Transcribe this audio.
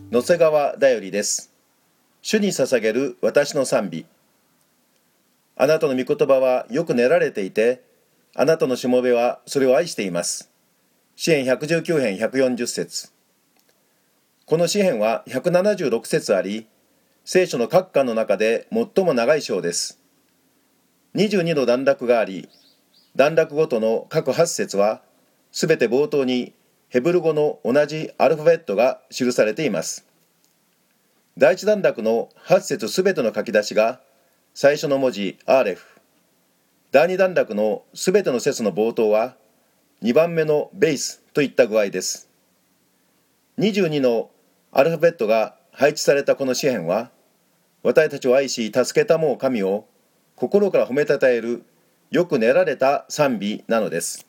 野瀬川だよりです。主に捧げる私の賛美。あなたの御言葉はよく練られていて、あなたのしもべはそれを愛しています。詩編119編140節。この詩編は176節あり、聖書の各巻の中で最も長い章です。22の段落があり、段落ごとの各8節は、すべて冒頭にヘブル語の同じアルファベットが記されています。第一段落の8節すべての書き出しが最初の文字アーレフ。第二段落のすべての節の冒頭は2番目のベースといった具合です。22のアルファベットが配置されたこの詩編は、私たちを愛し助けたもう神を心から褒めたたえるよく練られた賛美なのです。